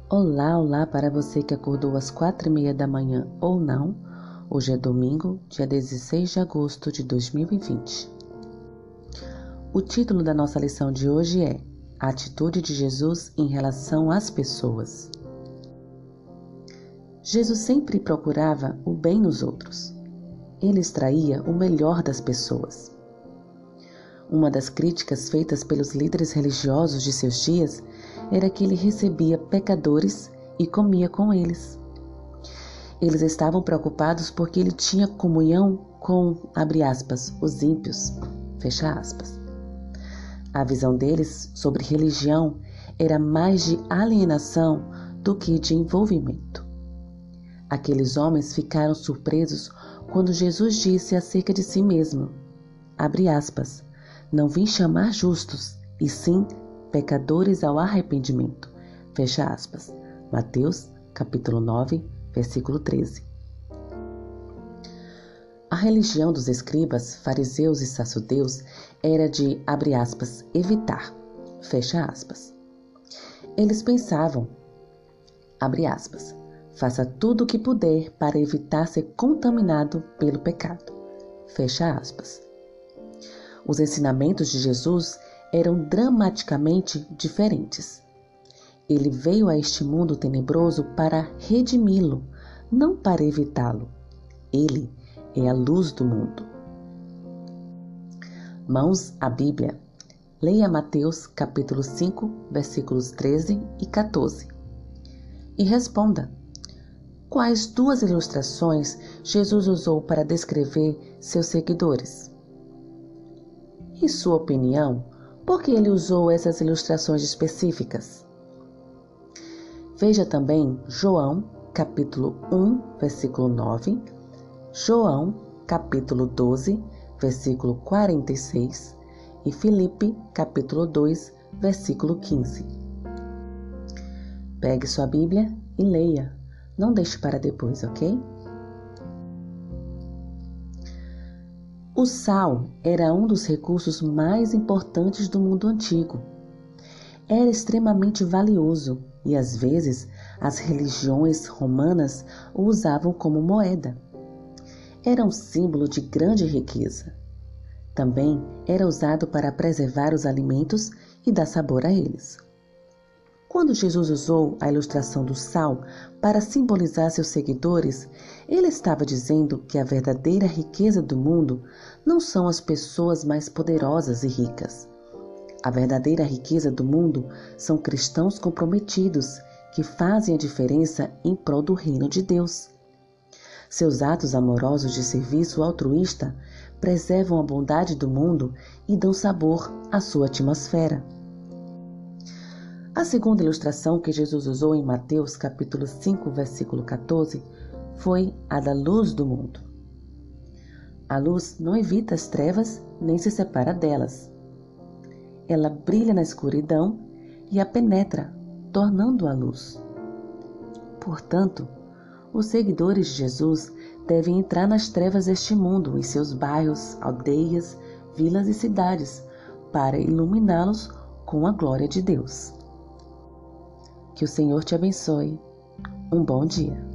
Olá, olá para você que acordou às 4h30 da manhã ou não. Hoje é domingo, dia 16 de agosto de 2020. O título da nossa lição de hoje é A Atitude de Jesus em relação às pessoas. Jesus sempre procurava o bem nos outros. Ele extraía o melhor das pessoas. Uma das críticas feitas pelos líderes religiosos de seus dias era que ele recebia pecadores e comia com eles. Eles estavam preocupados porque ele tinha comunhão com, abre aspas, os ímpios, fecha aspas. A visão deles sobre religião era mais de alienação do que de envolvimento. Aqueles homens ficaram surpresos quando Jesus disse acerca de si mesmo, abre aspas, não vim chamar justos, e sim pecadores ao arrependimento. Fecha aspas. Mateus, capítulo 9, versículo 13. A religião dos escribas, fariseus e saduceus era de, abre aspas, evitar. Fecha aspas. Eles pensavam, abre aspas, faça tudo o que puder para evitar ser contaminado pelo pecado. Fecha aspas. Os ensinamentos de Jesus eram dramaticamente diferentes. Ele veio a este mundo tenebroso para redimi-lo, não para evitá-lo. Ele é a luz do mundo. Mãos à Bíblia. Leia Mateus capítulo 5, versículos 13 e 14. E responda: quais duas ilustrações Jesus usou para descrever seus seguidores? Em sua opinião, por que ele usou essas ilustrações específicas? Veja também João, capítulo 1, versículo 9, João, capítulo 12, versículo 46 e Filipe, capítulo 2, versículo 15. Pegue sua Bíblia e leia. Não deixe para depois, ok? O sal era um dos recursos mais importantes do mundo antigo. Era extremamente valioso e, às vezes, as religiões romanas o usavam como moeda. Era um símbolo de grande riqueza. Também era usado para preservar os alimentos e dar sabor a eles. Quando Jesus usou a ilustração do sal para simbolizar seus seguidores, ele estava dizendo que a verdadeira riqueza do mundo não são as pessoas mais poderosas e ricas. A verdadeira riqueza do mundo são cristãos comprometidos que fazem a diferença em prol do reino de Deus. Seus atos amorosos de serviço altruísta preservam a bondade do mundo e dão sabor à sua atmosfera. A segunda ilustração que Jesus usou em Mateus capítulo 5, versículo 14, foi a da luz do mundo. A luz não evita as trevas nem se separa delas. Ela brilha na escuridão e a penetra, tornando-a luz. Portanto, os seguidores de Jesus devem entrar nas trevas deste mundo, em seus bairros, aldeias, vilas e cidades, para iluminá-los com a glória de Deus. Que o Senhor te abençoe. Um bom dia.